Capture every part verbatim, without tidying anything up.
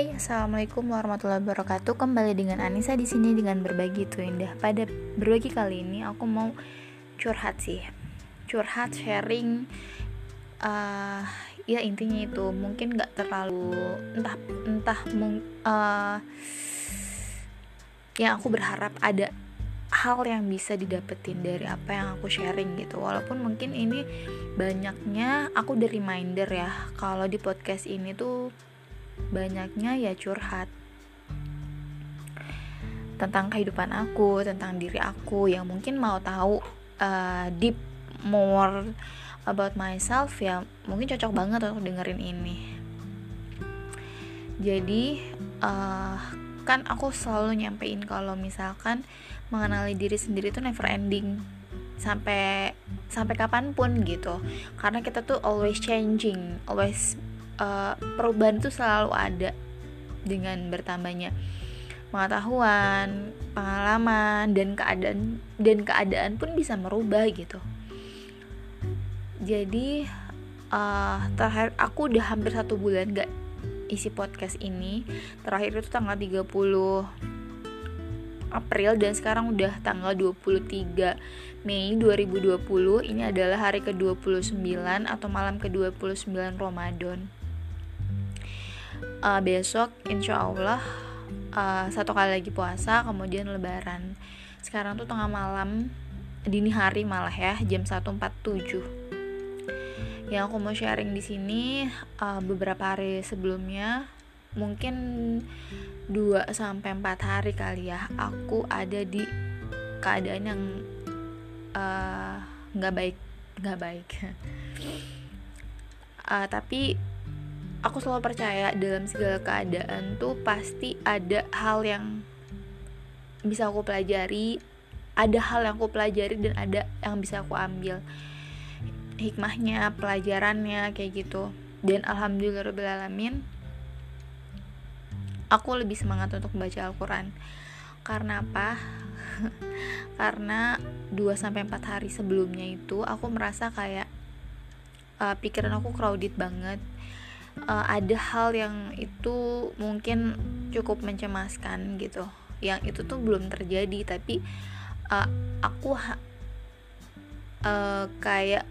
Hai, assalamualaikum warahmatullahi wabarakatuh. Kembali dengan Anissa di sini dengan berbagi itu indah. Pada berbagi kali ini aku mau curhat sih, curhat sharing. Uh, ya intinya itu mungkin nggak terlalu entah entah mung, uh, yang aku berharap ada hal yang bisa didapetin dari apa yang aku sharing gitu. Walaupun mungkin ini banyaknya aku udah reminder ya kalau di podcast ini tuh banyaknya ya curhat tentang kehidupan aku, tentang diri aku yang mungkin mau tahu uh, deep more about myself ya mungkin cocok banget untuk dengerin ini. Jadi uh, kan aku selalu nyampein kalau misalkan mengenali diri sendiri tuh never ending sampai sampai kapanpun gitu, karena kita tuh always changing, always Uh, perubahan itu selalu ada dengan bertambahnya pengetahuan, pengalaman, dan keadaan dan keadaan pun bisa merubah gitu. Jadi uh, terakhir aku udah hampir satu bulan gak isi podcast ini. Terakhir itu tanggal tiga puluh April dan sekarang udah tanggal dua puluh tiga Mei dua ribu dua puluh. Ini adalah hari ke dua puluh sembilan atau malam ke dua puluh sembilan Ramadan. Uh, besok insya Allah uh, satu kali lagi puasa, kemudian lebaran. Sekarang tuh tengah malam, dini hari malah ya, jam satu empat puluh tujuh. Yang aku mau sharing di sini uh, beberapa hari sebelumnya, mungkin dua sampai empat hari kali ya, aku ada di keadaan yang uh, gak baik, gak baik. uh, Tapi aku selalu percaya dalam segala keadaan tuh pasti ada hal yang bisa aku pelajari, ada hal yang aku pelajari dan ada yang bisa aku ambil hikmahnya, pelajarannya kayak gitu. Dan alhamdulillahirobbilalamin aku lebih semangat untuk membaca Al-Quran. Karena apa? Karena dua sampai empat hari sebelumnya itu aku merasa kayak uh, pikiran aku crowded banget. Uh, ada hal yang itu mungkin cukup mencemaskan gitu, yang itu tuh belum terjadi tapi uh, aku ha- uh, kayak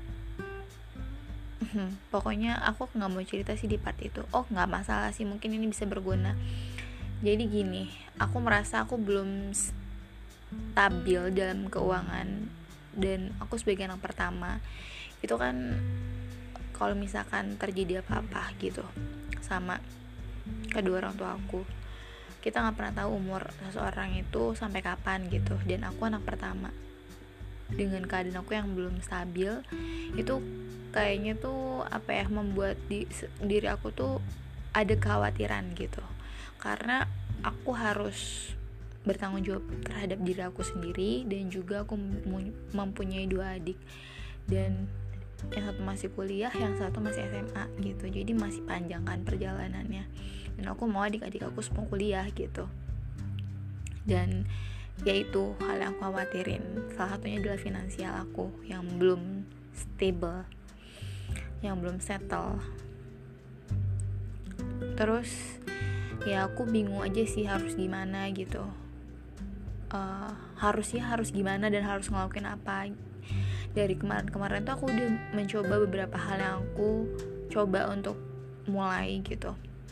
pokoknya aku nggak mau cerita sih di part itu. Oh nggak masalah sih, mungkin ini bisa berguna. Jadi gini, aku merasa aku belum stabil dalam keuangan, dan aku sebagai anak pertama itu kan kalau misalkan terjadi apa-apa gitu sama kedua orang tua aku, kita nggak pernah tahu umur seseorang itu sampai kapan gitu. Dan aku anak pertama dengan keadaan aku yang belum stabil, itu kayaknya tuh apa ya, membuat di, diri aku tuh ada kekhawatiran gitu, karena aku harus bertanggung jawab terhadap diri aku sendiri, dan juga aku mempunyai dua adik, dan yang satu masih kuliah, yang satu masih S M A gitu. Jadi masih panjang kan perjalanannya, dan aku mau adik-adik aku semua kuliah gitu. Dan yaitu hal yang aku khawatirin. Salah satunya adalah finansial aku yang belum stable, yang belum settle. Terus ya aku bingung aja sih harus gimana gitu. Uh, harusnya harus gimana dan harus ngelakuin apa. Dari kemarin-kemarin tuh aku udah mencoba beberapa hal yang aku coba untuk mulai gitu.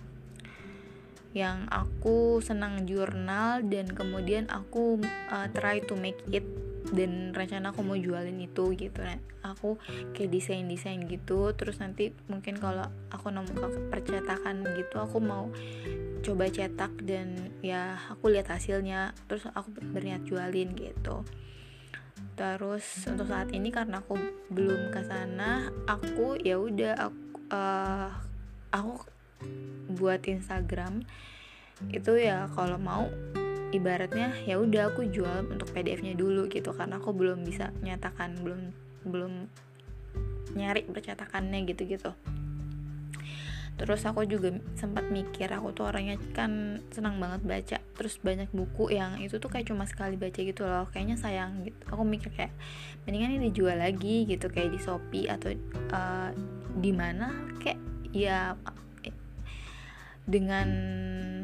Yang aku senang jurnal, dan kemudian aku uh, try to make it, dan rencana aku mau jualin itu gitu. Nah, aku kayak desain-desain gitu, terus nanti mungkin kalau aku nemu percetakan gitu, aku mau coba cetak, dan ya aku lihat hasilnya, terus aku berniat jualin gitu. Terus untuk saat ini karena aku belum ke sana, aku ya udah aku, uh, aku buat Instagram itu ya kalau mau ibaratnya ya udah aku jual untuk P D F-nya dulu gitu, karena aku belum bisa nyatakan, belum belum nyari percetakannya gitu-gitu. Terus aku juga sempat mikir, aku tuh orangnya kan senang banget baca, terus banyak buku yang itu tuh kayak cuma sekali baca gitu loh, kayaknya sayang gitu. Aku mikir kayak mendingan ini dijual lagi gitu, kayak di Shopee atau uh, di mana kayak ya dengan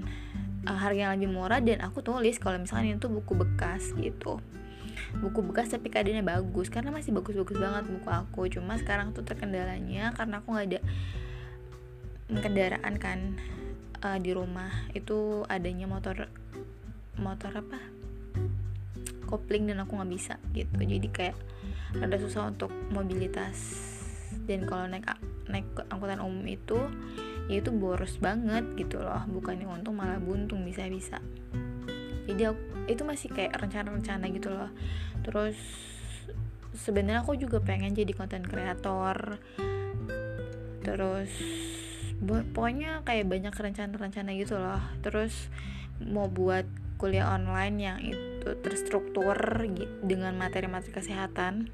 uh, harga yang lebih murah, dan aku tulis kalau misalkan itu buku bekas gitu, buku bekas tapi keadaannya bagus, karena masih bagus-bagus banget buku aku. Cuma sekarang tuh terkendalanya karena aku nggak ada kendaraan kan, uh, di rumah itu adanya motor motor apa kopling, dan aku nggak bisa gitu, jadi kayak rada susah untuk mobilitas. Dan kalau naik naik angkutan umum itu ya itu boros banget gitu loh, bukannya untung malah buntung bisa-bisa. Jadi aku, itu masih kayak rencana-rencana gitu loh. Terus sebenarnya aku juga pengen jadi content creator, terus pokoknya kayak banyak rencana-rencana gitu loh. Terus mau buat kuliah online yang itu terstruktur dengan materi-materi kesehatan.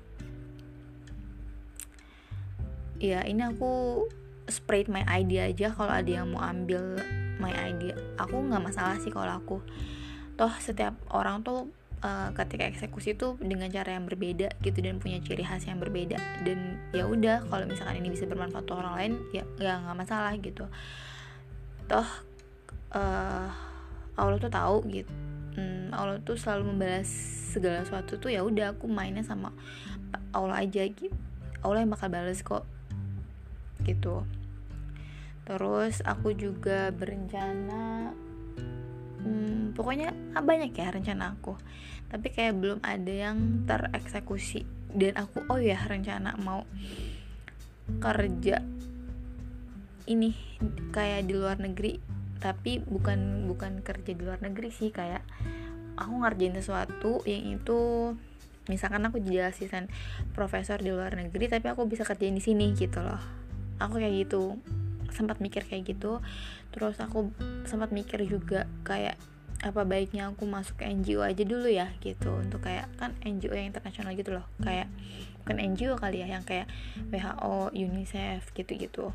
Ya ini aku spread my idea aja, kalau ada yang mau ambil my idea aku nggak masalah sih. Kalau aku toh setiap orang tuh uh, ketika eksekusi tuh dengan cara yang berbeda gitu, dan punya ciri khas yang berbeda. Dan ya udah, kalau misalkan ini bisa bermanfaat untuk orang lain ya ya nggak masalah gitu. Toh uh, Allah tuh tahu gitu, hmm, Allah tuh selalu membalas segala sesuatu tuh. Ya udah, aku mainnya sama Allah aja gitu, Allah yang bakal balas kok gitu. Terus aku juga berencana, hmm, pokoknya banyak ya rencana aku, tapi kayak belum ada yang tereksekusi. Dan aku oh ya rencana mau kerja ini kayak di luar negeri, tapi bukan bukan kerja di luar negeri sih, kayak aku ngerjain sesuatu yang itu misalkan aku jadi asisten profesor di luar negeri, tapi aku bisa kerjain di sini gitu loh. Aku kayak gitu, sempat mikir kayak gitu. Terus aku sempat mikir juga kayak apa baiknya aku masuk ke N G O aja dulu ya gitu, untuk kayak kan N G O yang internasional gitu loh, kayak bukan N G O kali ya, yang kayak W H O, UNICEF gitu-gitu.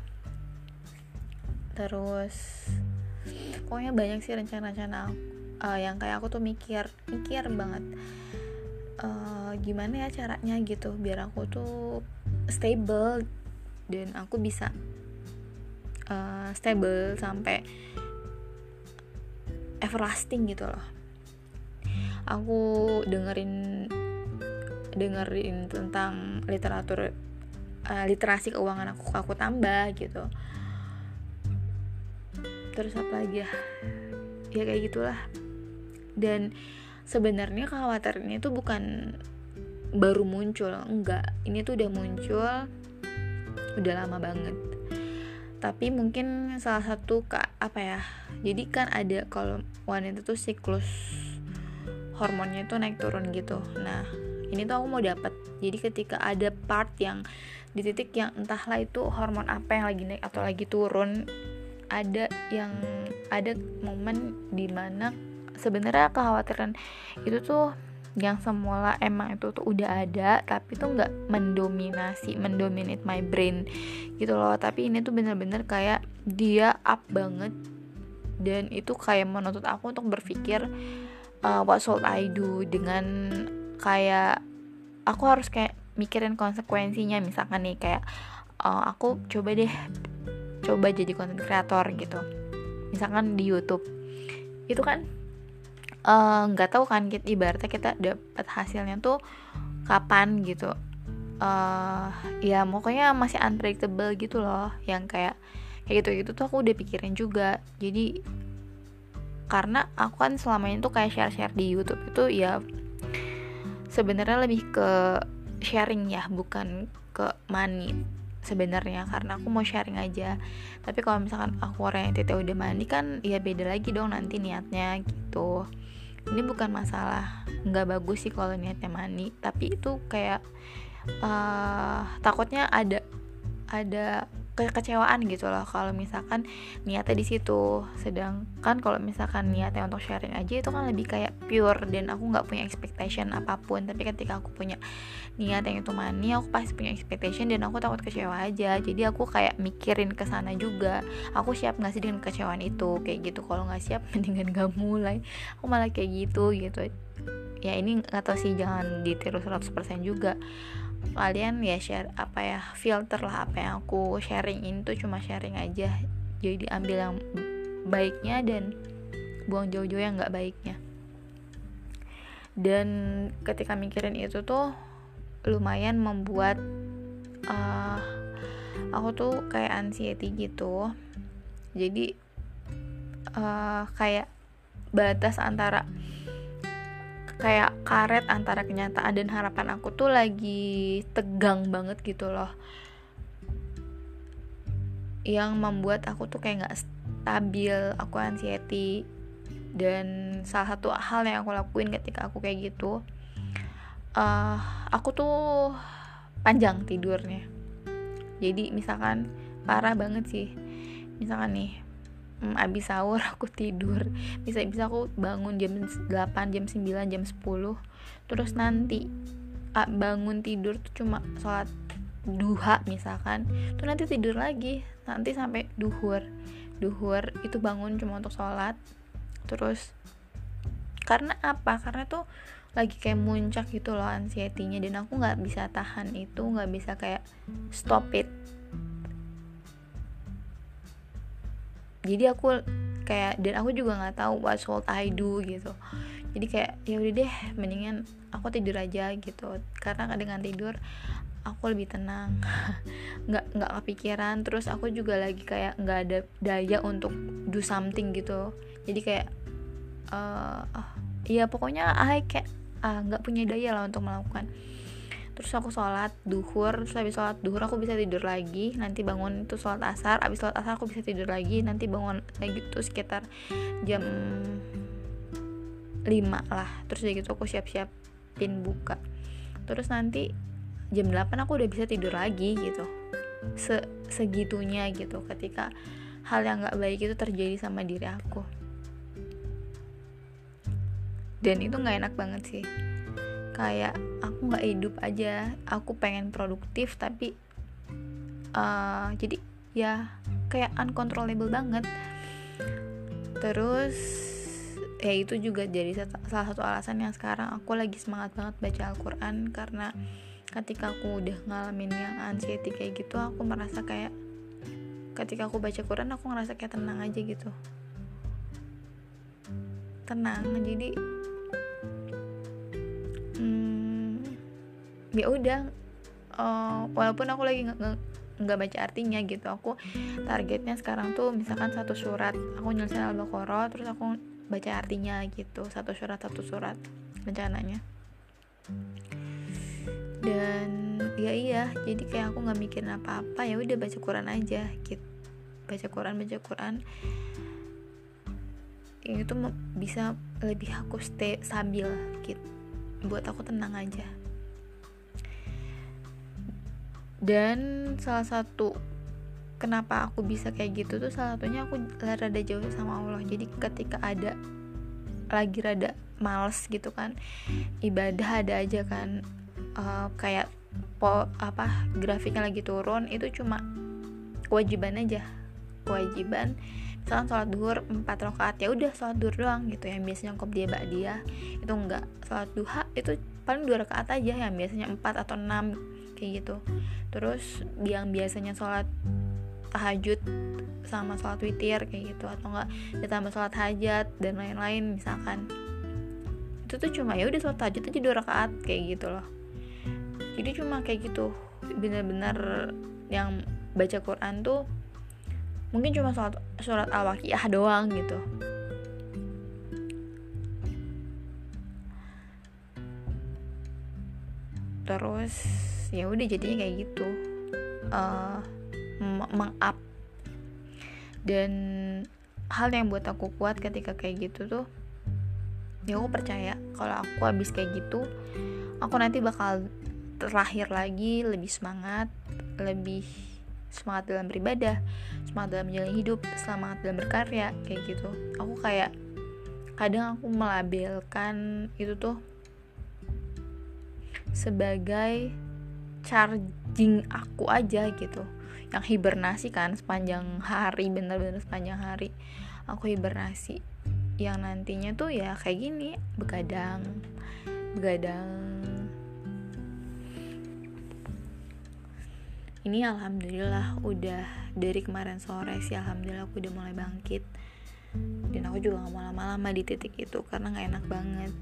Terus pokoknya banyak sih rencana-rencana uh, yang kayak aku tuh mikir mikir banget uh, gimana ya caranya gitu biar aku tuh stable, dan aku bisa uh, stable sampai everlasting gitu loh. Aku dengerin dengerin tentang literatur uh, literasi keuangan aku aku tambah gitu. Terus apa lagi ya? Ya kayak gitulah. Dan sebenarnya kekhawatiran itu bukan baru muncul, enggak. Ini tuh udah muncul udah lama banget. Tapi mungkin salah satu kak apa ya? Jadi kan ada kalau wanita tuh siklus hormonnya itu naik turun gitu. Nah, ini tuh aku mau dapat. Jadi ketika ada part yang di titik yang entahlah itu hormon apa yang lagi naik atau lagi turun, ada yang ada momen dimana sebenarnya kekhawatiran itu tuh yang semula emang itu tuh udah ada, tapi tuh nggak mendominasi mendominate my brain gitu loh. Tapi ini tuh bener-bener kayak dia up banget, dan itu kayak menuntut aku untuk berpikir uh, what should I do, dengan kayak aku harus kayak mikirin konsekuensinya. Misalkan nih kayak uh, aku coba deh coba jadi content creator gitu, misalkan di YouTube itu kan nggak uh, tahu kan kita ibaratnya kita dapat hasilnya tuh kapan gitu, uh, ya pokoknya masih unpredictable gitu loh, yang kayak kayak gitu gitu tuh aku udah pikirin juga. Jadi karena aku kan selama ini tuh kayak share-share di YouTube itu ya sebenarnya lebih ke sharing ya, bukan ke money sebenarnya, karena aku mau sharing aja. Tapi kalau misalkan aku orang yang tete udah mandi kan ya beda lagi dong nanti niatnya gitu. Ini bukan masalah nggak bagus sih kalau niatnya mandi, tapi itu kayak uh, takutnya ada ada kekecewaan gitu loh kalau misalkan niatnya di situ. Sedangkan kalau misalkan niatnya untuk sharing aja itu kan lebih kayak pure, dan aku nggak punya expectation apapun. Tapi ketika aku punya niat yang itu money, aku pasti punya expectation, dan aku takut kecewa aja. Jadi aku kayak mikirin kesana juga, aku siap nggak sih dengan kecewaan itu, kayak gitu. Kalau nggak siap mendingan gak mulai. Aku malah kayak gitu gitu. Ya ini nggak tahu sih, jangan ditiru seratus persen juga. Kalian ya share apa ya, filter lah apa yang aku sharing ini tuh cuma sharing aja, jadi ambil yang baiknya dan buang jauh-jauh yang nggak baiknya. Dan ketika mikirin itu tuh lumayan membuat uh, aku tuh kayak anxiety gitu. Jadi uh, kayak batas antara kayak karet antara kenyataan dan harapan aku tuh lagi tegang banget gitu loh, yang membuat aku tuh kayak gak stabil, aku anxiety. Dan salah satu hal yang aku lakuin ketika aku kayak gitu, uh, aku tuh panjang tidurnya. Jadi misalkan parah banget sih, misalkan nih Hmm, abis sahur aku tidur, bisa-bisa aku bangun jam delapan, jam sembilan, jam sepuluh. Terus nanti ah, bangun tidur tuh cuma sholat duha misalkan, tuh nanti tidur lagi, nanti sampai duhur. Duhur itu bangun cuma untuk sholat. Terus karena apa? Karena tuh lagi kayak muncak gitu loh anxiety-nya, dan aku gak bisa tahan itu, gak bisa kayak stop it. Jadi aku kayak, dan aku juga nggak tahu what should I do gitu. Jadi kayak ya udah deh, mendingan aku tidur aja gitu. Karena dengan tidur aku lebih tenang, nggak nggak kepikiran. Terus aku juga lagi kayak nggak ada daya untuk do something gitu. Jadi kayak uh, uh, ya pokoknya I kayak uh, nggak punya daya lah untuk melakukan. Terus aku sholat duhur, terus habis sholat duhur aku bisa tidur lagi, nanti bangun itu sholat asar, habis sholat asar aku bisa tidur lagi, nanti bangun lagi tuh sekitar jam lima lah. Terus udah gitu aku siap-siapin buka, terus nanti jam delapan aku udah bisa tidur lagi gitu. Se- segitunya gitu ketika hal yang gak baik itu terjadi sama diri aku. Dan itu gak enak banget sih, kayak aku nggak hidup aja, aku pengen produktif tapi uh, jadi ya kayak uncontrollable banget. Terus ya itu juga jadi salah satu alasan yang sekarang aku lagi semangat banget baca Al-Quran, karena ketika aku udah ngalamin yang anxiety kayak gitu, aku merasa kayak ketika aku baca Quran aku ngerasa kayak tenang aja gitu, tenang. Jadi ya udah, uh, walaupun aku lagi nggak nggak baca artinya gitu, aku targetnya sekarang tuh misalkan satu surat aku nyelesain Al-Baqarah, terus aku baca artinya gitu, satu surat satu surat rencananya. Dan ya iya, jadi kayak aku nggak mikirin apa-apa, ya udah baca Quran aja gitu, baca Quran baca Quran itu tuh bisa lebih aku stay stabil gitu, buat aku tenang aja. Dan salah satu kenapa aku bisa kayak gitu tuh salah satunya aku rada jauh sama Allah. Jadi ketika ada lagi rada males gitu kan, ibadah ada aja kan, uh, kayak po, apa grafiknya lagi turun, itu cuma kewajiban aja, kewajiban misalkan sholat duhur empat rakaat, ya udah sholat duhur doang gitu, yang biasanya qobliyah ba'diyah itu enggak. Sholat duha itu paling dua rakaat aja, yang biasanya empat atau enam kayak gitu. Terus yang biasanya sholat tahajud sama sholat witir kayak gitu, atau enggak ditambah sholat hajat dan lain-lain misalkan, itu tuh cuma ya udah sholat tahajud aja dua rakaat kayak gitu loh. Jadi cuma kayak gitu, benar-benar yang baca Quran tuh mungkin cuma sholat, surat Al-Waqiah doang gitu. Terus ya udah jadinya kayak gitu, uh, meng-up. Dan hal yang buat aku kuat ketika kayak gitu tuh, ya aku percaya kalau aku habis kayak gitu, aku nanti bakal terlahir lagi lebih semangat, lebih semangat dalam beribadah, semangat dalam menjalani hidup, semangat dalam berkarya kayak gitu. Aku kayak kadang aku melabelkan itu tuh sebagai charging aku aja gitu, yang hibernasi kan sepanjang hari, bener-bener sepanjang hari aku hibernasi, yang nantinya tuh ya kayak gini, begadang begadang ini alhamdulillah udah dari kemarin sore sih, alhamdulillah aku udah mulai bangkit dan dan aku juga gak mau lama-lama di titik itu karena gak enak banget.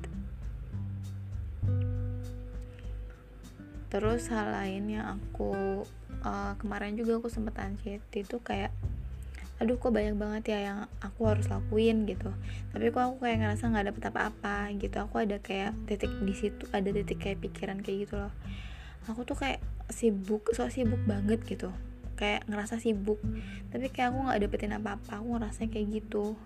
Terus hal lain yang aku uh, kemarin juga aku sempet anxiety itu kayak aduh kok banyak banget ya yang aku harus lakuin gitu, tapi kok aku kayak ngerasa nggak dapet apa-apa gitu. Aku ada kayak titik di situ, ada titik kayak pikiran kayak gitu loh. Aku tuh kayak sibuk, so sibuk banget gitu, kayak ngerasa sibuk tapi kayak aku nggak dapetin apa-apa. Aku ngerasa kayak gitu,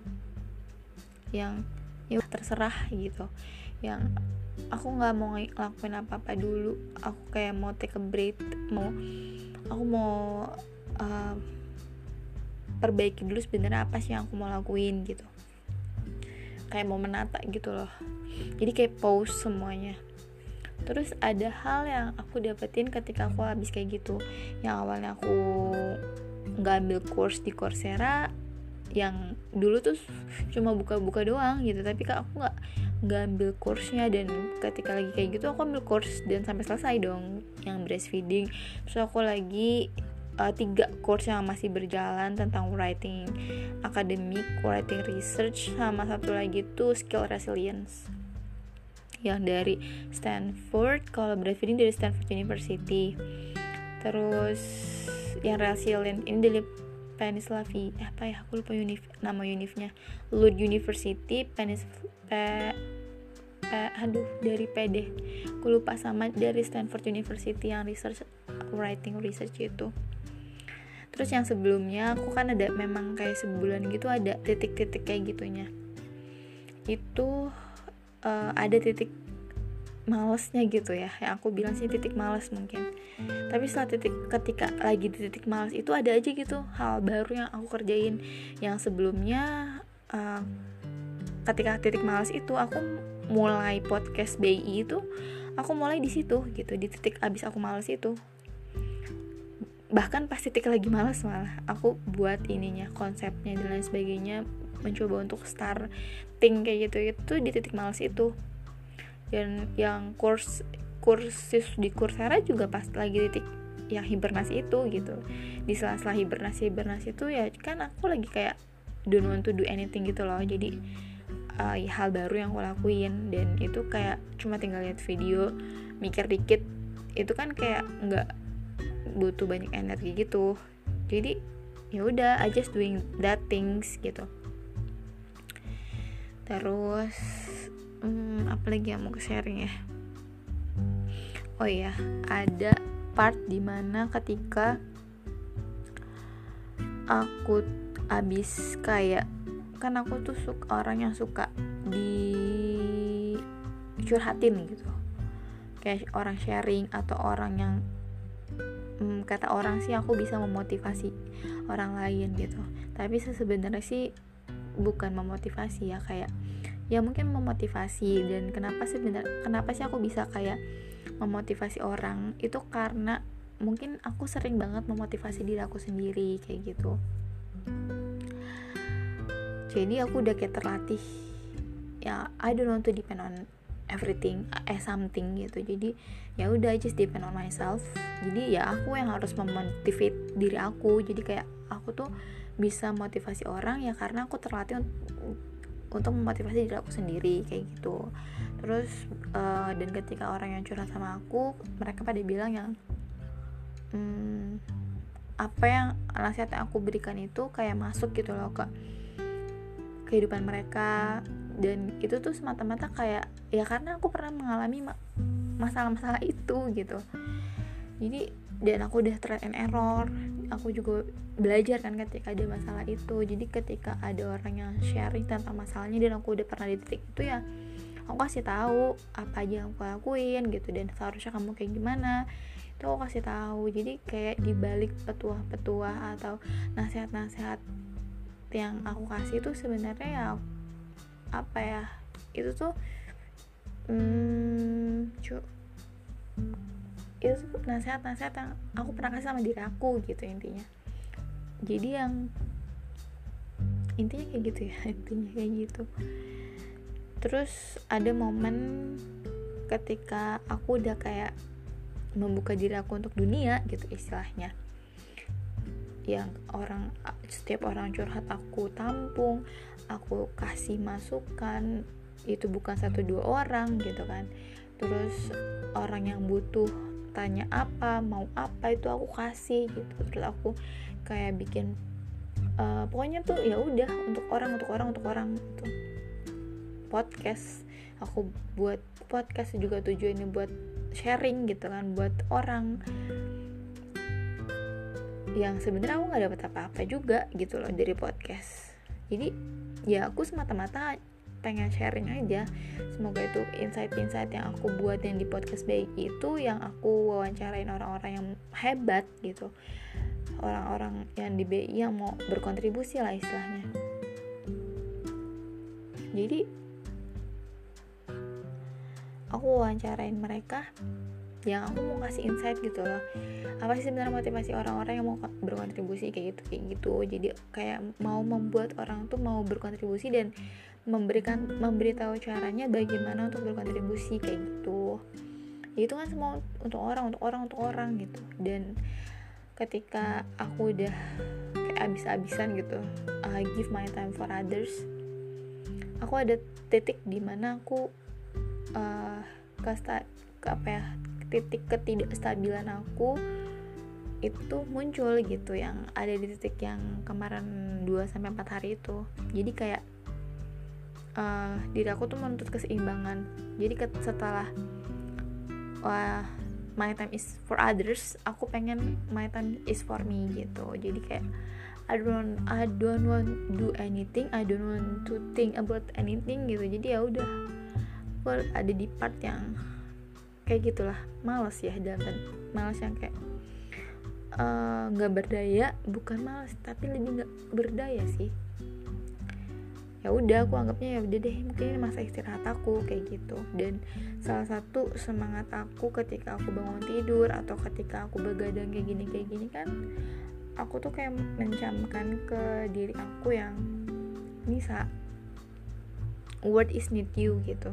yang ya terserah gitu, yang aku nggak mau ngelakuin apa-apa dulu. Aku kayak mau take a break, mau aku mau uh, perbaiki dulu sebenarnya apa sih yang aku mau lakuin gitu, kayak mau menata gitu loh. Jadi kayak pause semuanya. Terus ada hal yang aku dapetin ketika aku habis kayak gitu, yang awalnya aku nggak ambil course di Coursera, yang dulu tuh cuma buka-buka doang gitu, tapi kak aku nggak nggak ambil course-nya. Dan ketika lagi kayak gitu aku ambil course dan sampai selesai dong yang breastfeeding. Terus aku lagi Uh, tiga course yang masih berjalan tentang writing academic, writing research, sama satu lagi tuh skill resilience yang dari Stanford. Kalau breastfeeding dari Stanford University. Terus yang resilient ini dari Pennsylvania, eh, apa ya aku lupa univ, nama univnya, Lund University, Pennis, Pe, Pe, aduh dari P D aku lupa, sama dari Stanford University yang research writing research itu. Terus yang sebelumnya aku kan ada memang kayak sebulan gitu ada titik-titik kayak gitunya. Itu uh, ada titik malesnya gitu ya, yang aku bilang sih titik males mungkin. Tapi setelah titik ketika lagi di titik males itu ada aja gitu hal baru yang aku kerjain. Yang sebelumnya uh, ketika titik males itu aku mulai podcast B I itu, aku mulai di situ gitu, di titik abis aku males itu. Bahkan pas titik lagi malas malah aku buat ininya, konsepnya dan lain sebagainya, mencoba untuk starting kayak gitu itu di titik malas itu. Dan yang course kursus di Coursera juga pas lagi titik yang hibernasi itu gitu. Di sela-sela hibernasi hibernasi itu ya kan aku lagi kayak don't want to do anything gitu loh. Jadi uh, ya, hal baru yang aku lakuin, dan itu kayak cuma tinggal lihat video, mikir dikit, itu kan kayak nggak butuh banyak energi gitu. Jadi ya udah, I just doing that things gitu. Terus hmm, apa lagi yang mau sharing ya? Oh iya, ada part dimana ketika aku abis kayak, kan aku tuh suka orang yang suka dicurhatin gitu, kayak orang sharing atau orang yang Hmm, kata orang sih aku bisa memotivasi orang lain gitu. Tapi sebenarnya sih bukan memotivasi ya, kayak ya mungkin memotivasi. Dan kenapa sebenarnya kenapa sih aku bisa kayak memotivasi orang itu, karena mungkin aku sering banget memotivasi diri aku sendiri kayak gitu. Jadi aku udah kayak terlatih ya, I don't want to depend on everything as something gitu. Jadi ya udah, just depend on myself. Jadi ya aku yang harus memotivate diri aku. Jadi kayak aku tuh bisa motivasi orang ya karena aku terlatih un- untuk memotivasi diri aku sendiri kayak gitu. Terus uh, dan ketika orang yang curhat sama aku, mereka pada bilang yang hmm, apa yang nasihat yang aku berikan itu kayak masuk gitu loh ke kehidupan mereka. Dan itu tuh semata-mata kayak ya karena aku pernah mengalami ma- masalah-masalah itu gitu. Jadi dan aku udah trial and error, aku juga belajar kan ketika ada masalah itu. Jadi ketika ada orang yang sharing tentang masalahnya dan aku udah pernah di titik itu, ya aku kasih tahu apa aja yang aku lakuin gitu, dan seharusnya kamu kayak gimana itu aku kasih tahu. Jadi kayak dibalik petuah-petuah atau nasihat-nasihat yang aku kasih itu sebenarnya ya apa ya, itu tuh hmm, cu itu tuh nasihat-nasihat yang aku pernah kasih sama diri aku gitu intinya. Jadi yang intinya kayak gitu ya intinya kayak gitu. Terus ada momen ketika aku udah kayak membuka diri aku untuk dunia gitu istilahnya. yang orang setiap orang curhat aku tampung, aku kasih masukan, itu bukan satu dua orang gitu kan. Terus orang yang butuh tanya apa, mau apa, itu aku kasih gitu. Terus aku kayak bikin uh, pokoknya tuh ya udah untuk orang untuk orang untuk orang gitu. Podcast, aku buat podcast juga tujuannya buat sharing gitu kan, buat orang yang sebenarnya aku nggak dapat apa-apa juga gitu loh dari podcast. Jadi ya aku semata-mata pengen sharing aja. Semoga itu insight-insight yang aku buat yang di podcast baik itu yang aku wawancarain orang-orang yang hebat gitu, orang-orang yang di B I yang mau berkontribusi lah istilahnya. Jadi aku wawancarain mereka yang aku mau kasih insight gitu loh, apa sih sebenarnya motivasi orang-orang yang mau berkontribusi kayak gitu kayak gitu. Jadi kayak mau membuat orang tuh mau berkontribusi dan memberikan memberitahu caranya bagaimana untuk berkontribusi kayak gitu. Itu kan semua untuk orang untuk orang untuk orang gitu. Dan ketika aku udah kayak abis-abisan gitu, uh, give my time for others, aku ada titik dimana aku uh, ke, sta- ke apa ya titik ketidakstabilan aku itu muncul gitu, yang ada di titik yang kemarin dua sampai empat hari itu. Jadi kayak uh, diri aku tuh menuntut keseimbangan. Jadi ke, setelah wah my time is for others, aku pengen my time is for me gitu. Jadi kayak I don't I don't want do anything, I don't want to think about anything gitu. Jadi ya udah, aku ada di part yang kayak gitulah, malas ya, dalam malas yang kayak nggak uh, berdaya, bukan malas tapi lebih nggak berdaya sih. Ya udah, aku anggapnya ya udah deh, mungkin ini masa istirahat aku kayak gitu. Dan salah satu semangat aku ketika aku bangun tidur atau ketika aku begadang kayak gini kayak gini kan, aku tuh kayak mencamkan ke diri aku yang bisa word is need you gitu,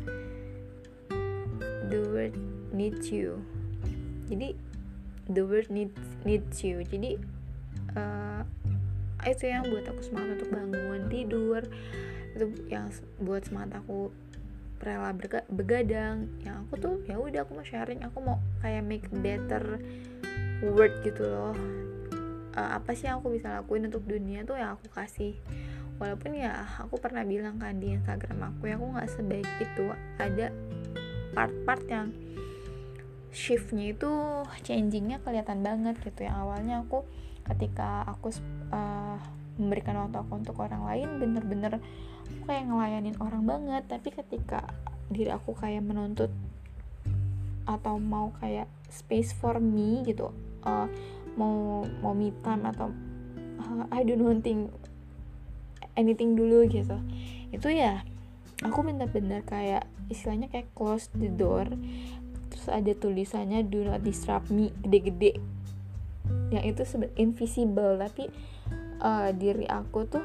the word needs you. Jadi the word needs needs you. Jadi uh, itu yang buat aku semangat untuk bangun tidur, itu yang buat semangat aku rela berga- begadang. Yang aku tuh ya udah, aku mau sharing, aku mau kayak make better word gitu loh. Uh, apa sih yang aku bisa lakuin untuk dunia tuh yang aku kasih. Walaupun ya aku pernah bilang kan di Instagram aku ya, aku nggak sebaik itu. Ada part-part yang shiftnya itu changingnya kelihatan banget gitu. Yang awalnya aku ketika aku uh, memberikan waktu aku untuk orang lain, bener-bener aku kayak ngelayanin orang banget. Tapi ketika diri aku kayak menuntut atau mau kayak space for me gitu, uh, mau mau me time atau uh, I don't want think anything dulu gitu, itu ya aku bener-bener kayak istilahnya kayak close the door. Terus ada tulisannya do not disturb me gede-gede, yang itu sebe- invisible, tapi uh, diri aku tuh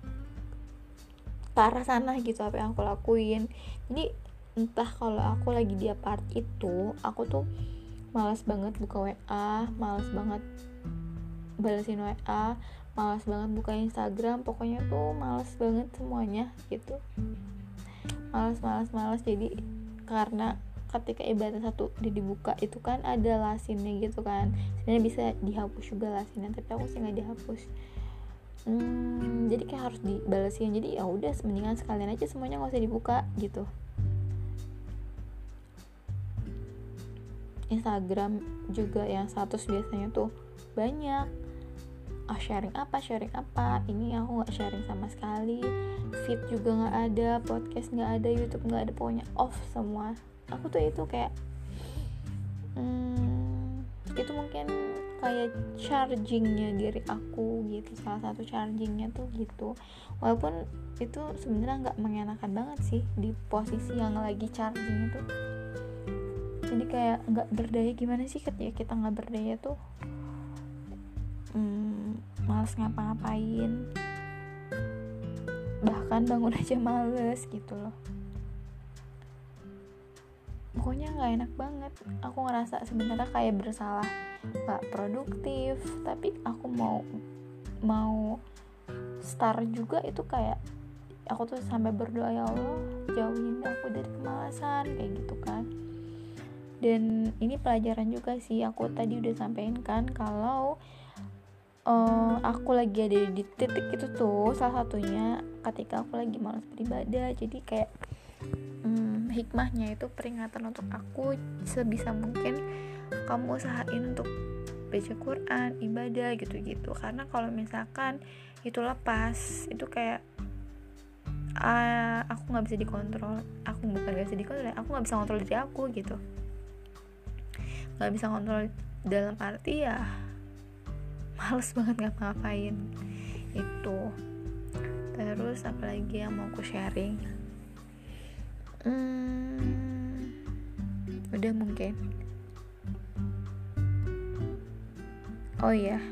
ke arah sana gitu apa yang aku lakuin. Jadi entah kalau aku lagi di part itu, aku tuh malas banget buka W A, malas banget balesin W A, malas banget buka Instagram, pokoknya tuh malas banget semuanya gitu, malas malas malas. Jadi karena ketika ibadah satu udah dibuka itu kan ada lasinnya gitu kan, sebenarnya bisa dihapus juga lasinnya, tapi aku sih nggak dihapus. Hmm, jadi kayak harus dibalesin. Jadi ya udah, mendingan sekalian aja semuanya nggak usah dibuka gitu. Instagram juga yang status biasanya tuh banyak, ah sharing apa sharing apa, ini aku nggak sharing sama sekali. Feed juga nggak ada, podcast nggak ada, YouTube nggak ada, pokoknya off semua. Aku tuh itu kayak hmm, itu mungkin kayak chargingnya diri aku gitu, salah satu chargingnya tuh gitu. Walaupun itu sebenarnya nggak mengenakan banget sih di posisi yang lagi charging itu. Jadi kayak nggak berdaya. Gimana sih ketika kita nggak berdaya tuh, hmm, malas ngapa-ngapain, bahkan bangun aja males gitu loh. Pokoknya nggak enak banget. Aku ngerasa sebenarnya kayak bersalah gak produktif, tapi aku mau mau start juga itu kayak aku tuh sampai berdoa, ya Allah jauhin aku dari kemalasan kayak gitu kan. Dan ini pelajaran juga sih, aku tadi udah sampein kan kalau uh, aku lagi ada di titik itu tuh, salah satunya ketika aku lagi malas beribadah. Jadi kayak hmm, hikmahnya itu peringatan untuk aku, sebisa mungkin kamu usahain untuk baca Quran, ibadah gitu-gitu. Karena kalau misalkan itu lepas, itu kayak uh, aku nggak bisa dikontrol. Aku bukan nggak bisa dikontrol, aku nggak bisa kontrol diri aku gitu. Nggak bisa kontrol dalam arti ya males banget ngapa-ngapain itu. Terus apalagi yang mau aku sharing? Hmm, udah mungkin. Oh iya,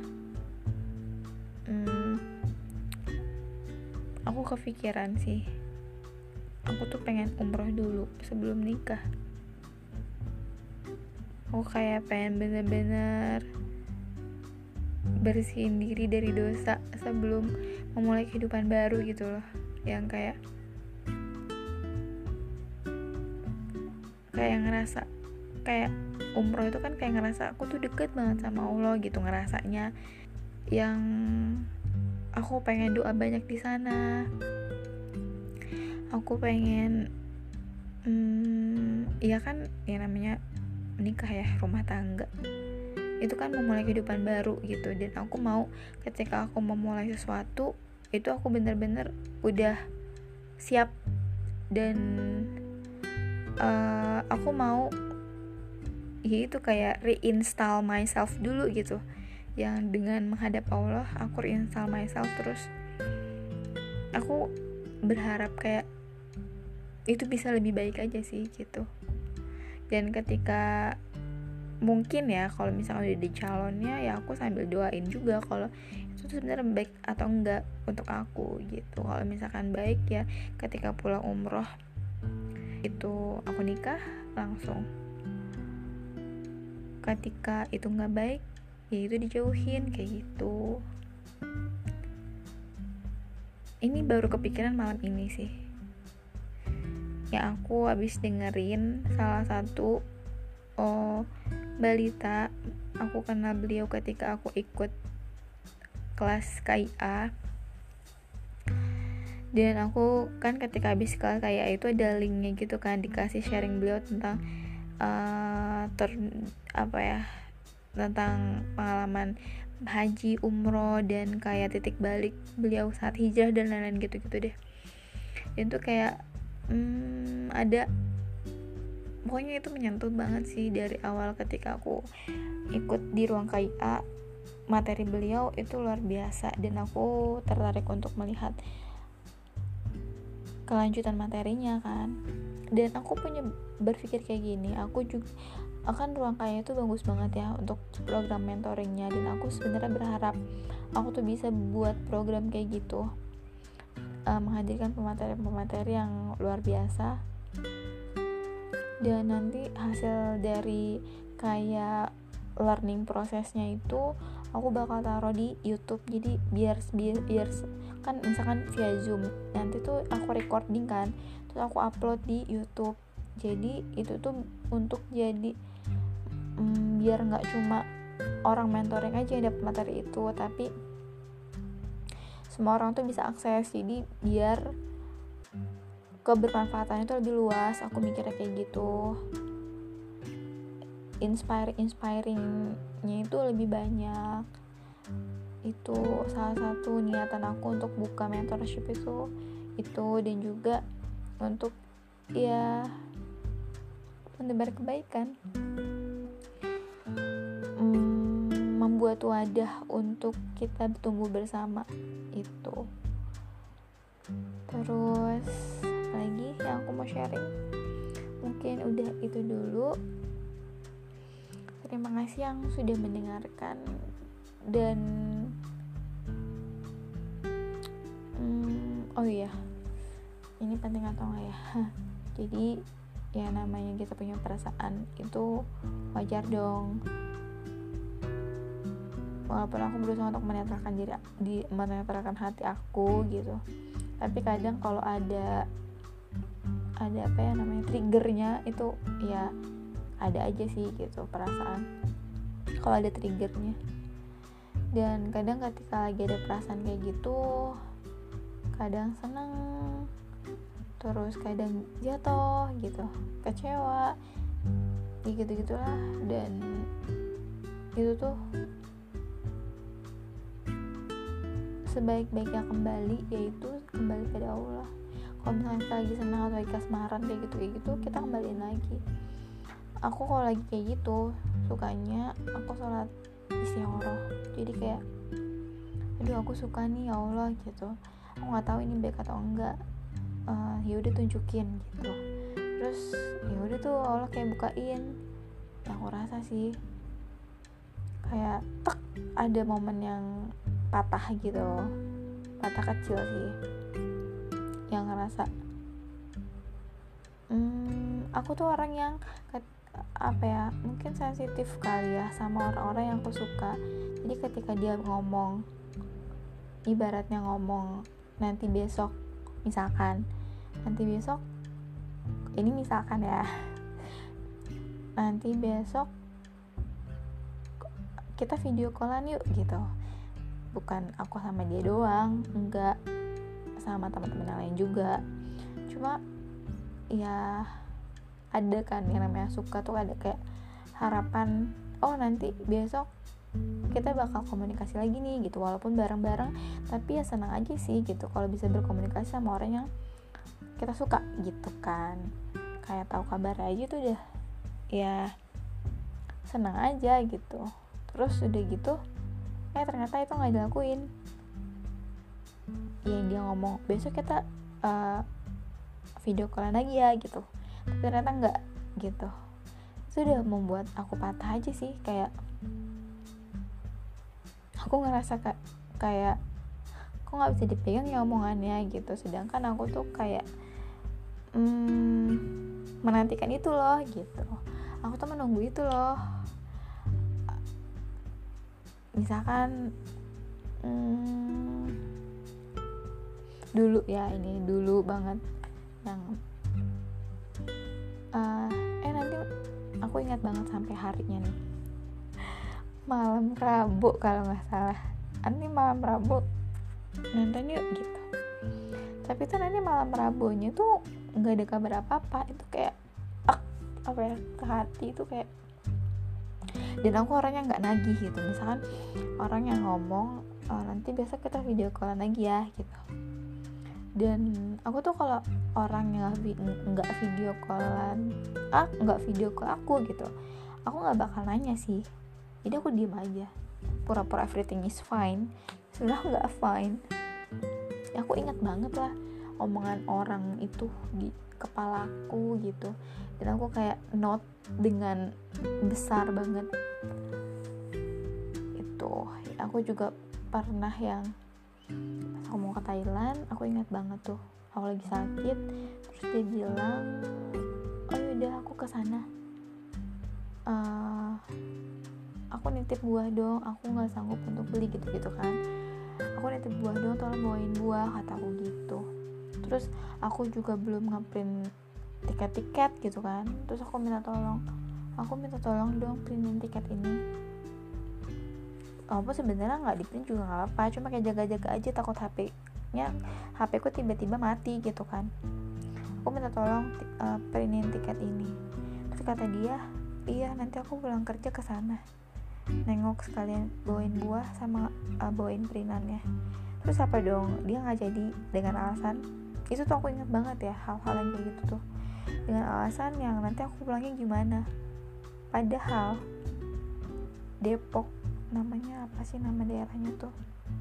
hmm, aku kepikiran sih, aku tuh pengen umroh dulu sebelum nikah. Aku kayak pengen bener-bener bersihin diri dari dosa sebelum memulai kehidupan baru gitu loh. Yang kayak kayak ngerasa kayak umroh itu kan kayak ngerasa aku tuh deket banget sama Allah gitu ngerasanya. Yang aku pengen doa banyak di sana. Aku pengen hmm, ya kan ya namanya nikah ya, rumah tangga itu kan memulai kehidupan baru gitu. Dan aku mau ketika aku memulai sesuatu itu aku bener-bener udah siap. Dan uh, aku mau ya itu kayak reinstall myself dulu gitu, yang dengan menghadap Allah aku reinstall myself. Terus aku berharap kayak itu bisa lebih baik aja sih gitu. Dan ketika mungkin ya kalau misalnya udah di calonnya, ya aku sambil doain juga kalau itu sebenarnya baik atau enggak untuk aku gitu. Kalau misalkan baik ya ketika pulang umroh itu aku nikah langsung. Ketika itu nggak baik ya itu dijauhin kayak gitu. Ini baru kepikiran malam ini sih, ya aku habis dengerin salah satu oh balita. Aku kenal beliau ketika aku ikut kelas K I A. Dan aku kan ketika habis kelas K I A itu ada linknya gitu kan, dikasih sharing beliau tentang uh, ter apa ya tentang pengalaman haji, umroh, dan kayak titik balik beliau saat hijrah dan lain-lain gitu-gitu deh. Itu kayak hmm, ada pokoknya itu menyentuh banget sih dari awal ketika aku ikut di ruang K I A. Materi beliau itu luar biasa dan aku tertarik untuk melihat kelanjutan materinya kan. Dan aku punya berpikir kayak gini, aku juga akan ruang K I A itu bagus banget ya untuk program mentoringnya. Dan aku sebenarnya berharap aku tuh bisa buat program kayak gitu, uh, menghadirkan pemateri-pemateri yang luar biasa. Dan nanti hasil dari kayak learning prosesnya itu aku bakal taruh di YouTube. Jadi biar biar, biar kan misalkan via Zoom, nanti tuh aku recording kan, terus aku upload di YouTube. Jadi itu tuh untuk jadi mm, biar nggak cuma orang mentoring aja yang dapat materi itu, tapi semua orang tuh bisa akses. Jadi biar kebermanfaatannya itu lebih luas. Aku mikirnya kayak gitu, inspire inspiringnya itu lebih banyak. Itu salah satu niatan aku untuk buka mentorship itu itu dan juga untuk ya menebar kebaikan, hmm, membuat wadah untuk kita tumbuh bersama itu. Terus lagi yang aku mau sharing mungkin udah itu dulu. Terima kasih yang sudah mendengarkan. Dan hmm, oh iya, ini penting atau enggak ya? Jadi ya namanya kita punya perasaan itu wajar dong. walaupun aku berusaha untuk menetralkan diri di menetralkan hati aku gitu, tapi kadang kalau ada ada apa ya namanya triggernya itu ya ada aja sih gitu perasaan kalau ada triggernya. Dan kadang ketika lagi ada perasaan kayak gitu, kadang seneng, terus kadang jatuh gitu, kecewa, ya gitu-gitulah. Dan itu tuh sebaik-baiknya kembali yaitu kembali pada Allah. Kalau misalnya kita lagi senang atau lagi kasmaran kayak gitu kayak gitu kita kembaliin lagi. Aku kalau lagi kayak gitu sukanya aku sholat istikharah, jadi kayak aduh aku suka nih ya Allah gitu, aku nggak tahu ini baik atau enggak, uh, ya udah tunjukin gitu. Terus ya udah tuh Allah kayak bukain, ya aku rasa sih kayak tek ada momen yang patah gitu, patah kecil sih yang ngerasa hmm, aku tuh orang yang apa ya mungkin sensitif kali ya sama orang-orang yang aku suka. Jadi ketika dia ngomong, ibaratnya ngomong nanti besok, misalkan nanti besok ini misalkan ya nanti besok kita video callan yuk gitu, bukan aku sama dia doang, enggak, sama teman-teman yang lain juga. Cuma ya ada kan yang namanya suka tuh ada kayak harapan, oh nanti besok kita bakal komunikasi lagi nih gitu, walaupun bareng-bareng, tapi ya senang aja sih gitu kalau bisa berkomunikasi sama orang yang kita suka gitu kan. Kayak tahu kabar aja tuh udah ya senang aja gitu. Terus udah gitu eh ternyata itu nggak dilakuin, yang dia ngomong besok kita uh, video callan lagi ya gitu, tapi ternyata nggak gitu. Itu udah membuat aku patah aja sih, kayak aku ngerasa kayak kayak kok nggak bisa dipegang ya omongannya gitu, sedangkan aku tuh kayak hmm, menantikan itu loh gitu, aku tuh menunggu itu loh. Misalkan hmm, dulu ya ini dulu banget yang uh, eh nanti aku ingat banget sampai harinya nih, malam Rabu kalau nggak salah, nanti malam Rabu nonton yuk gitu. Tapi tuh nanti malam Rabunya tuh nggak ada kabar apa-apa, itu kayak ah, apa ya ke hati itu kayak. Dan aku orangnya nggak nagih gitu, misalkan orang yang ngomong e, nanti besok kita video callan lagi ya gitu, dan aku tuh kalau orang yang nggak video callan ah nggak video call aku gitu, aku nggak bakal nanya sih, jadi aku diem aja pura-pura everything is fine, sebenarnya nggak fine. Ya, aku ingat banget lah omongan orang itu di kepalaku gitu, dan aku kayak note dengan besar banget. Itu aku juga pernah yang pas aku mau ke Thailand, aku ingat banget tuh aku lagi sakit, terus dia bilang oh yaudah aku kesana, uh, aku nitip buah dong, aku nggak sanggup untuk beli gitu-gitu kan, aku nitip buah dong, tolong bawain buah kataku gitu. Terus aku juga belum ngeprint tiket-tiket gitu kan, terus aku minta tolong aku minta tolong dong printin tiket ini. Apa sebenarnya nggak diprint juga nggak apa, cuma kayak jaga-jaga aja, takut H P-nya H P ku tiba-tiba mati gitu kan. Aku minta tolong uh, printin tiket ini. Terus kata dia, iya nanti aku pulang kerja ke sana, nengok sekalian bawain buah sama uh, bawain printannya. Terus apa dong, dia nggak jadi dengan alasan itu tuh, aku ingat banget ya hal-hal yang kayak gitu tuh, dengan alasan yang nanti aku pulangnya gimana. Padahal Depok, namanya apa sih nama daerahnya tuh,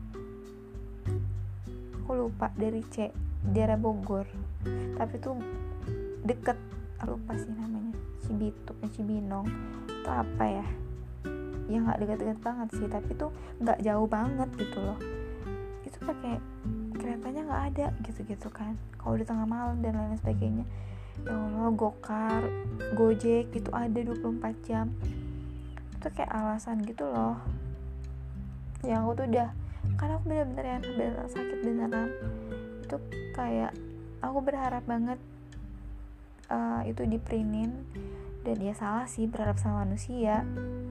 aku lupa, dari C, daerah Bogor, tapi tuh deket, lupa sih namanya, Cibitung, Cibinong itu apa ya, ya nggak deket-deket banget sih, tapi tuh nggak jauh banget gitu loh. Itu pakai keretanya nggak ada gitu-gitu kan, kalau di tengah malam dan lain sebagainya. Ya Allah, Gokar, Gojek gitu ada dua puluh empat jam. Itu kayak alasan gitu loh. yang aku tuh udah, karena aku bener-bener yang beneran sakit beneran, itu kayak aku berharap banget uh, itu diprintin. Dan dia salah sih berharap sama manusia.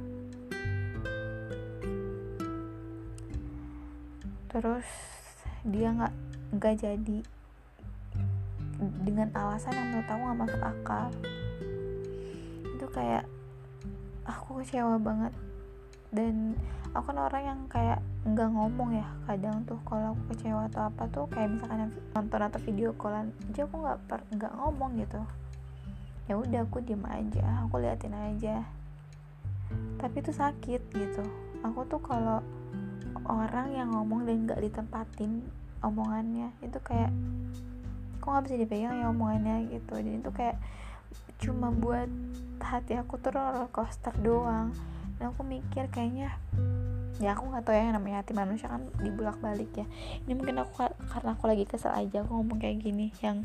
Terus dia nggak nggak jadi dengan alasan yang menurut aku nggak masuk akal. Itu kayak aku kecewa banget. Dan aku kan orang yang kayak nggak ngomong ya kadang tuh kalau aku kecewa atau apa tuh, kayak misalkan nonton atau video callan aja aku nggak nggak ngomong gitu. Ya udah aku diem aja, aku liatin aja. Tapi itu sakit gitu. Aku tuh kalau orang yang ngomong dan nggak ditempatin omongannya itu kayak kok nggak bisa dipegang ya omongannya gitu. Dan itu kayak cuma buat hati aku tuh roller coaster doang. Dan aku mikir kayaknya, ya aku nggak tahu ya, yang namanya hati manusia kan dibulak balik ya. Ini mungkin aku karena aku lagi kesel aja aku ngomong kayak gini, yang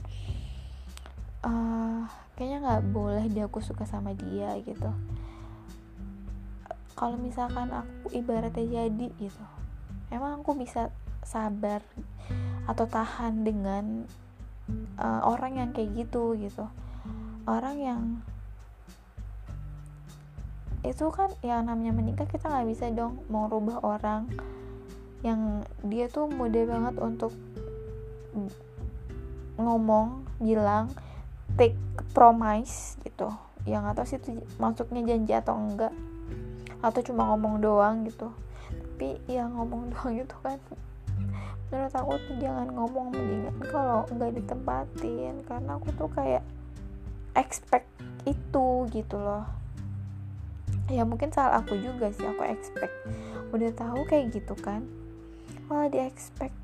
uh, kayaknya nggak boleh dia aku suka sama dia gitu. Kalau misalkan aku ibaratnya jadi gitu, emang aku bisa sabar atau tahan dengan uh, orang yang kayak gitu gitu. Orang yang itu kan yang namanya menikah, kita nggak bisa dong mau rubah orang yang dia tuh mudah banget untuk ngomong, bilang, take promise gitu. Yang nggak tahu sih itu maksudnya janji atau enggak, atau cuma ngomong doang gitu. Tapi yang ngomong doang itu kan menurut aku tuh jangan ngomong, mendingan kalau nggak ditempatin. Karena aku tuh kayak expect itu gitu loh. Ya mungkin salah aku juga sih, aku expect udah tahu kayak gitu kan malah di expect.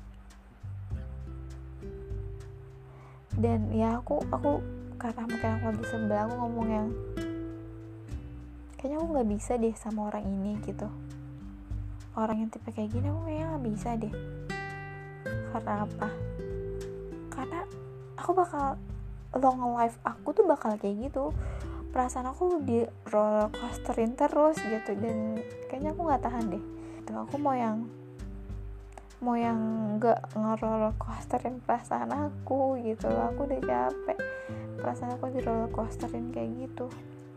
Dan ya aku aku karena mungkin aku lagi sebel, aku ngomong yang kayaknya aku nggak bisa deh sama orang ini gitu. Orang yang tipe kayak gini aku kayaknya nggak bisa deh. Karena apa? Karena aku bakal long life aku tuh bakal kayak gitu. Perasaan aku di roller coasterin terus gitu. Dan kayaknya aku nggak tahan deh. Tuh aku mau yang mau yang nggak nge-roller coasterin perasaan aku gitu loh. Aku udah capek perasaan aku di roller coasterin kayak gitu.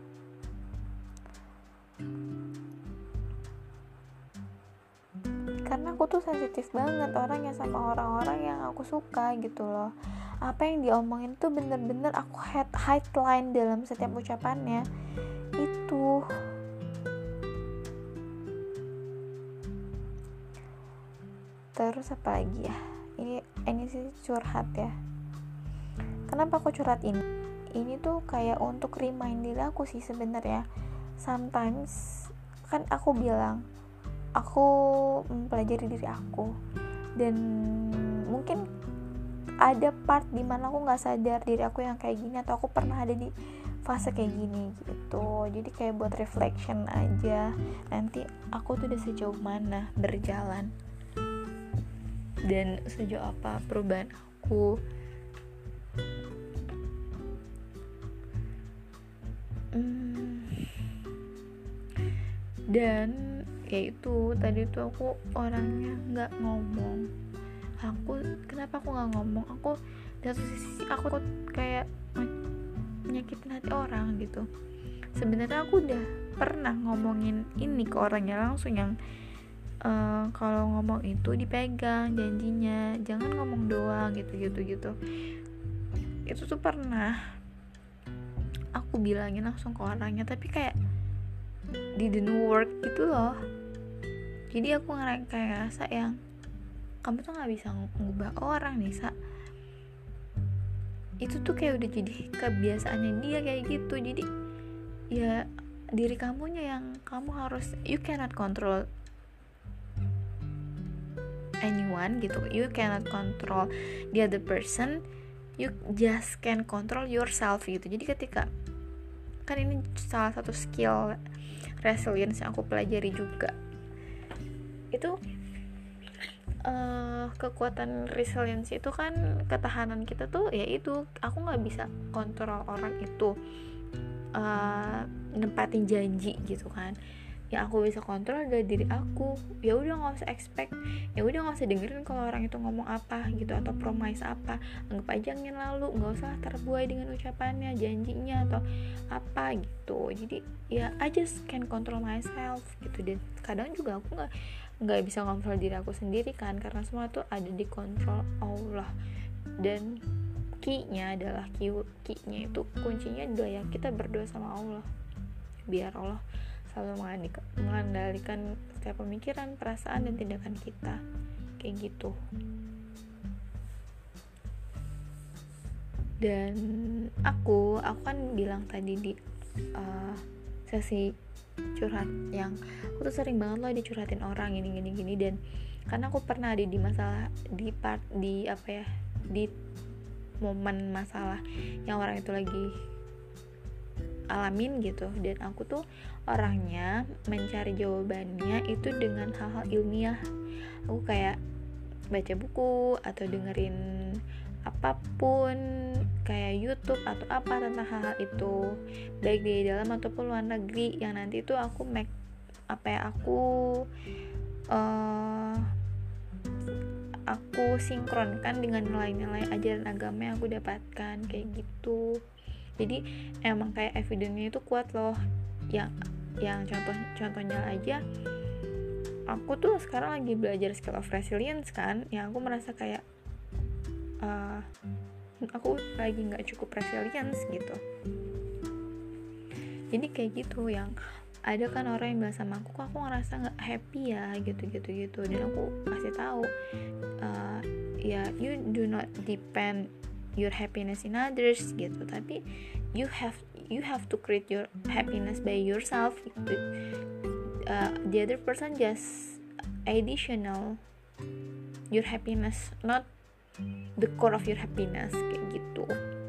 Karena aku tuh sensitif banget orangnya sama orang-orang yang aku suka gitu loh. Apa yang diomongin tuh bener-bener aku head highline dalam setiap ucapannya itu. Terus apa lagi ya, ini ini sih curhat ya. Kenapa aku curhat ini? Ini tuh kayak untuk remind diri aku sih sebenarnya. Sometimes kan aku bilang aku mempelajari diri aku, dan mungkin ada part dimana aku nggak sadar diri aku yang kayak gini, atau aku pernah ada di fase kayak gini gitu. Jadi kayak buat reflection aja, nanti aku tuh udah sejauh mana berjalan dan sejauh apa perubahan aku. hmm. Dan kayak itu tadi tuh aku orangnya nggak ngomong. Aku kenapa aku nggak ngomong? Aku di satu sisi aku kayak nyakitin hati orang gitu. Sebenarnya aku udah pernah ngomongin ini ke orangnya langsung, yang uh, kalau ngomong itu dipegang janjinya, jangan ngomong doang gitu gitu gitu. Itu tuh pernah aku bilangin langsung ke orangnya, tapi kayak didn't work gitu loh. Jadi aku ngerasa kayak ngerasa yang kamu tuh nggak bisa ngubah orang nih, Sa. Itu tuh kayak udah jadi kebiasaannya dia kayak gitu. Jadi ya diri kamunya yang kamu harus, you cannot control anyone gitu, you cannot control the other person, you just can control yourself gitu. Jadi ketika kan ini salah satu skill resilience yang aku pelajari juga, itu uh, kekuatan resilience itu kan ketahanan kita tuh ya itu, aku nggak bisa kontrol orang itu uh, nempatin janji gitu kan, yang aku bisa kontrol adalah diri aku. Ya udah nggak usah expect, ya udah nggak usah dengerin kalau orang itu ngomong apa gitu atau promise apa, anggap aja angin lalu, nggak usah terbuai dengan ucapannya, janjinya atau apa gitu. Jadi ya I just can control myself gitu. Dan kadang juga aku nggak nggak bisa kontrol diri aku sendiri kan, karena semua tuh ada di kontrol Allah. Dan key-nya adalah key, key-nya itu kuncinya adalah ya kita berdoa sama Allah, biar Allah selalu mengendalikan setiap pemikiran, perasaan, dan tindakan kita kayak gitu. Dan aku aku kan bilang tadi di uh, sesi curhat yang aku tuh sering banget loh dicurhatin orang gini gini gini. Dan karena aku pernah ada di masalah di part di apa ya di momen masalah yang orang itu lagi alamin gitu, dan aku tuh orangnya mencari jawabannya itu dengan hal-hal ilmiah. Aku kayak baca buku atau dengerin apapun kayak YouTube atau apa tentang hal-hal itu, baik di dalam ataupun luar negeri, yang nanti itu aku make apa ya aku uh, aku sinkronkan dengan nilai-nilai ajaran agama yang aku dapatkan kayak gitu. Jadi emang kayak evidence-nya itu kuat loh. Yang yang contoh contohnya aja, aku tuh sekarang lagi belajar skill of resilience kan, yang aku merasa kayak uh, aku lagi nggak cukup resilience gitu. Jadi kayak gitu, yang ada kan orang yang bilang sama aku, kok aku ngerasa nggak happy ya gitu gitu gitu. Dan aku kasih tahu, uh, ya you do not depend your happiness in others gitu, tapi you have you have to create your happiness by yourself gitu. Uh, the other person just additional your happiness, not the core of your happiness kayak gitu.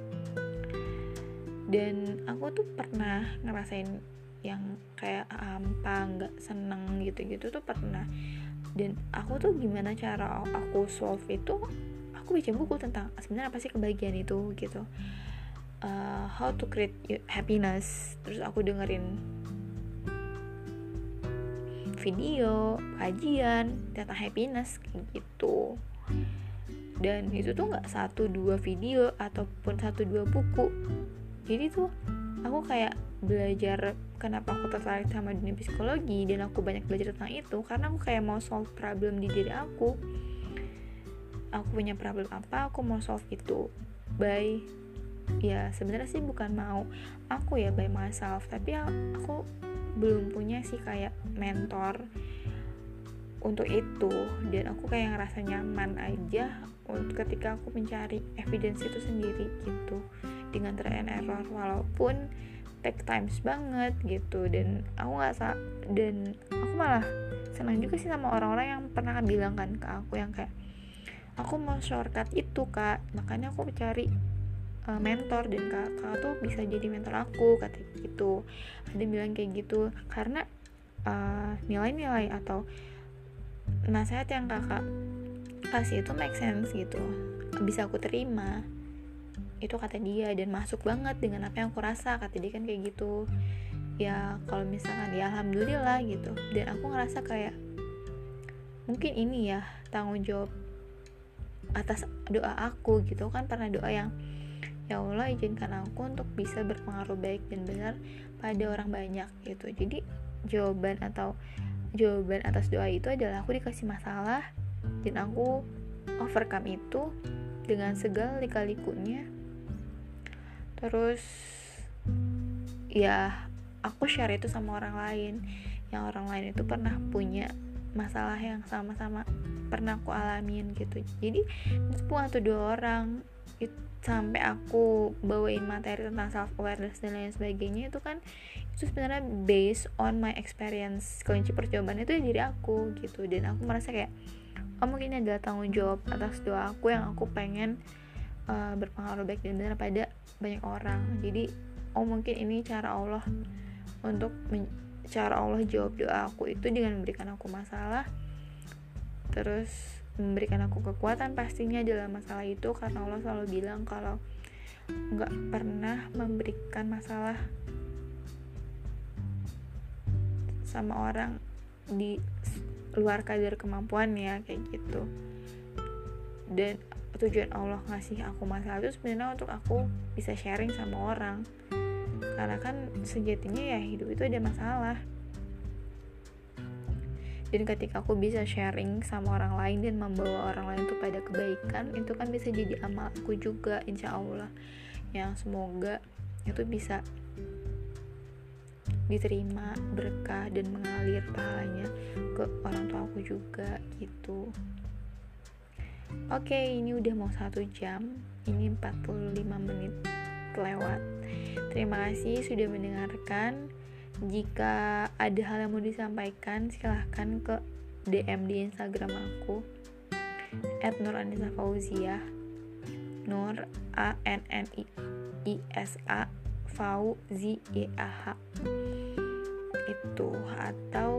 Dan aku tuh pernah ngerasain yang kayak hampa, nggak seneng gitu-gitu tuh pernah. Dan aku tuh gimana cara aku solve itu, aku baca buku tentang sebenarnya apa sih kebahagiaan itu gitu, uh, how to create happiness. Terus aku dengerin video kajian tentang happiness kayak gitu. Dan itu tuh nggak satu dua video ataupun satu dua buku. Jadi tuh aku kayak belajar kenapa aku tertarik sama dunia psikologi, dan aku banyak belajar tentang itu karena aku kayak mau solve problem di diri aku. Aku punya problem apa, aku mau solve itu by, ya sebenarnya sih bukan mau aku ya by myself, tapi ya aku belum punya sih kayak mentor untuk itu. Dan aku kayak ngerasa nyaman aja untuk ketika aku mencari evidence itu sendiri gitu, dengan trial and error, walaupun take times banget gitu. Dan aku nggak sa dan aku malah senang juga sih sama orang-orang yang pernah bilang kan ke aku yang kayak, aku mau shortcut itu kak, makanya aku cari uh, mentor, dan kakak tuh bisa jadi mentor aku kata gitu. Ada bilang kayak gitu karena uh, nilai-nilai atau nasihat yang kakak kasih itu make sense gitu, bisa aku terima itu kata dia, dan masuk banget dengan apa yang aku rasa kata dia kan kayak gitu. Ya kalau misalkan ya alhamdulillah gitu. Dan aku ngerasa kayak mungkin ini ya tanggung jawab atas doa aku gitu kan, pernah doa yang ya Allah izinkan aku untuk bisa berpengaruh baik dan benar pada orang banyak gitu. Jadi jawaban atau jawaban atas doa itu adalah aku dikasih masalah dan aku overcome itu dengan segala lika-likunya. Terus ya aku share itu sama orang lain, yang orang lain itu pernah punya masalah yang sama-sama pernah aku alamin gitu. Jadi itu bukan tuh dua orang itu, sampai aku bawain materi tentang self awareness dan lain sebagainya, itu kan itu sebenarnya based on my experience. Kelinci percobaan itu ya diri aku gitu. Dan aku merasa kayak oh mungkin ini adalah tanggung jawab atas doa aku yang aku pengen uh, berpengaruh baik dan benar pada banyak orang. Jadi oh mungkin ini cara Allah untuk men- cara Allah jawab doa aku itu dengan memberikan aku masalah, terus memberikan aku kekuatan pastinya dalam masalah itu, karena Allah selalu bilang kalau gak pernah memberikan masalah sama orang di luar kadar kemampuannya kayak gitu. Dan tujuan Allah ngasih aku masalah itu sebenarnya untuk aku bisa sharing sama orang, karena kan sejatinya ya hidup itu ada masalah. Dan ketika aku bisa sharing sama orang lain dan membawa orang lain itu pada kebaikan, itu kan bisa jadi amal aku juga, insya Allah, yang semoga itu bisa diterima berkah dan mengalir pahalanya ke orang tua aku juga gitu. Oke, ini udah mau satu jam, ini empat puluh lima menit lewat. Terima kasih sudah mendengarkan. Jika ada hal yang mau disampaikan, silahkan ke D M di Instagram aku et nur anisa fauziyah, Nur A N N I S A Fauziyah itu, atau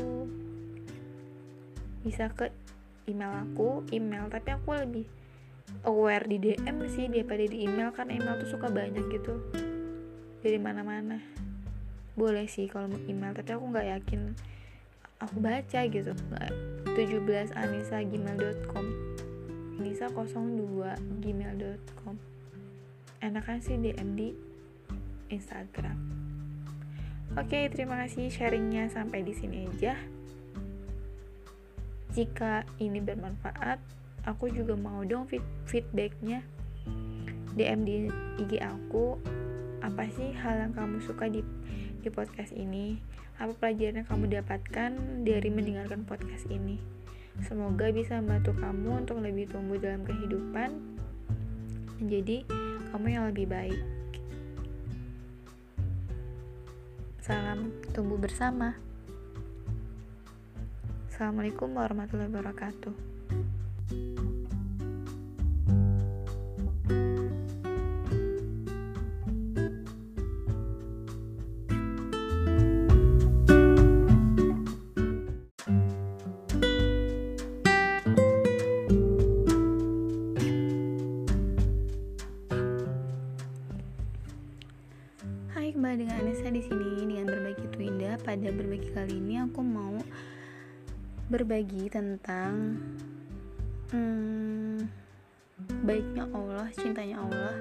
bisa ke email aku, email tapi aku lebih aware di D M sih daripada di email, karena email tuh suka banyak gitu dari mana-mana. Boleh sih kalau mau email, tapi aku nggak yakin aku baca gitu. tujuh belas anisa gmail dot com, anisa nol dua gmail dot com. Enakan sih D M di Instagram. Oke, terima kasih sharingnya, sampai di sini aja. Jika ini bermanfaat, aku juga mau dong feedbacknya. D M di I G aku, apa sih hal yang kamu suka di di podcast ini, apa pelajaran yang kamu dapatkan dari mendengarkan podcast ini. Semoga bisa membantu kamu untuk lebih tumbuh dalam kehidupan, menjadi kamu yang lebih baik. Salam tumbuh bersama. Assalamualaikum warahmatullahi wabarakatuh. Kembali dengan Anissa di sini dengan berbagi Twinda. Pada berbagi kali ini aku mau berbagi tentang hmm, baiknya Allah, cintanya Allah.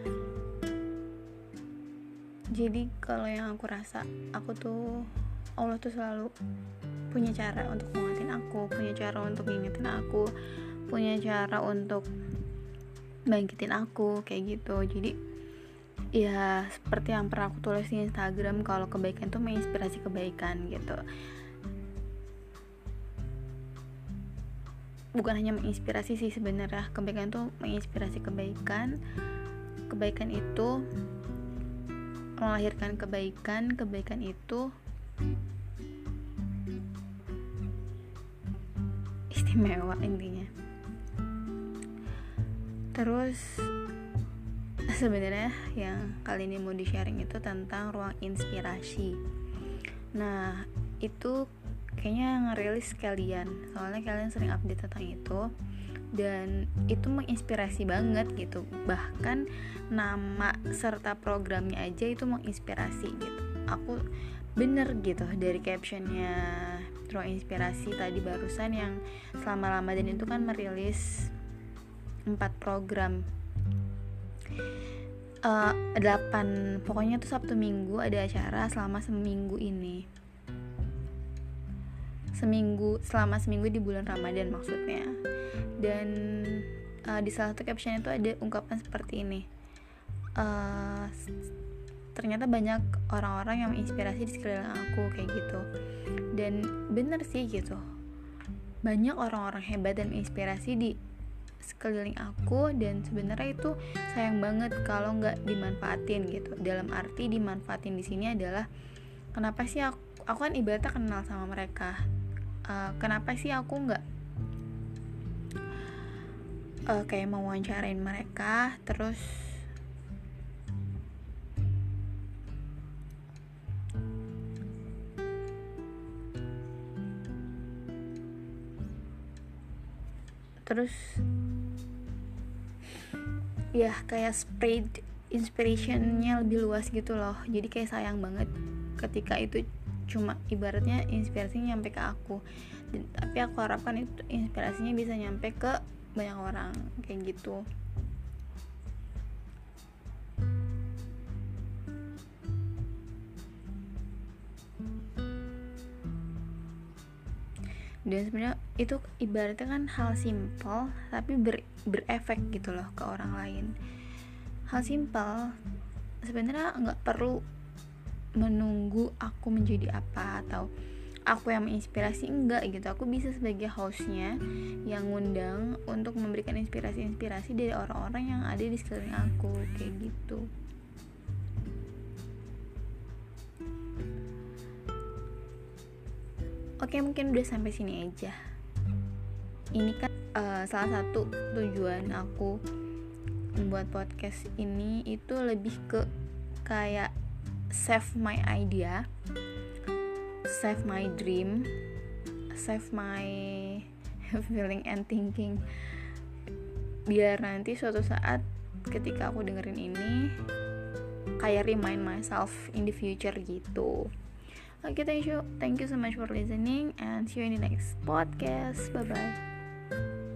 Jadi kalau yang aku rasa, aku tuh Allah tuh selalu punya cara untuk mengingetin aku, punya cara untuk ngingetin aku, punya cara untuk bangkitin aku kayak gitu. Jadi ya seperti yang pernah aku tulis di Instagram, kalau kebaikan itu menginspirasi kebaikan gitu. Bukan hanya menginspirasi sih sebenarnya, kebaikan itu menginspirasi kebaikan. Kebaikan itu melahirkan kebaikan, kebaikan itu istimewa intinya. Terus sebenarnya yang kali ini mau di-sharing itu tentang ruang inspirasi. Nah, itu kayaknya ngerilis kalian, soalnya kalian sering update tentang itu, dan itu menginspirasi banget gitu. Bahkan nama serta programnya aja itu menginspirasi gitu. Aku bener gitu dari captionnya ruang inspirasi tadi barusan yang selama Ramadan itu kan merilis empat program. Uh, delapan pokoknya tuh Sabtu Minggu ada acara selama seminggu ini, seminggu selama seminggu di bulan Ramadan maksudnya. Dan uh, di salah satu caption itu ada ungkapan seperti ini, uh, ternyata banyak orang-orang yang menginspirasi di sekeliling aku kayak gitu. Dan bener sih gitu, banyak orang-orang hebat dan menginspirasi di sekeliling aku, dan sebenarnya itu sayang banget kalau nggak dimanfaatin gitu. Dalam arti dimanfaatin di sini adalah kenapa sih aku, aku kan ibaratnya kenal sama mereka, uh, kenapa sih aku nggak uh, kayak mau wawancarain mereka, terus terus ya kayak spread inspirationnya lebih luas gitu loh. Jadi kayak sayang banget ketika itu cuma ibaratnya inspirasinya nyampe ke aku. Dan, tapi aku harapkan itu inspirasinya bisa nyampe ke banyak orang kayak gitu. Dan sebenarnya itu ibaratnya kan hal simpel tapi ber, berefek gitu loh ke orang lain. Hal simpel sebenarnya nggak perlu menunggu aku menjadi apa atau aku yang menginspirasi, enggak gitu. Aku bisa sebagai hostnya yang ngundang untuk memberikan inspirasi-inspirasi dari orang-orang yang ada di sekeliling aku kayak gitu. Oke, mungkin udah sampai sini aja. Ini kan uh, salah satu tujuan aku membuat podcast ini itu lebih ke kayak save my idea, save my dream, save my feeling and thinking, biar nanti suatu saat ketika aku dengerin ini kayak remind myself in the future gitu. Okay, thank you, thank you so much for listening and see you in the next podcast. Bye bye.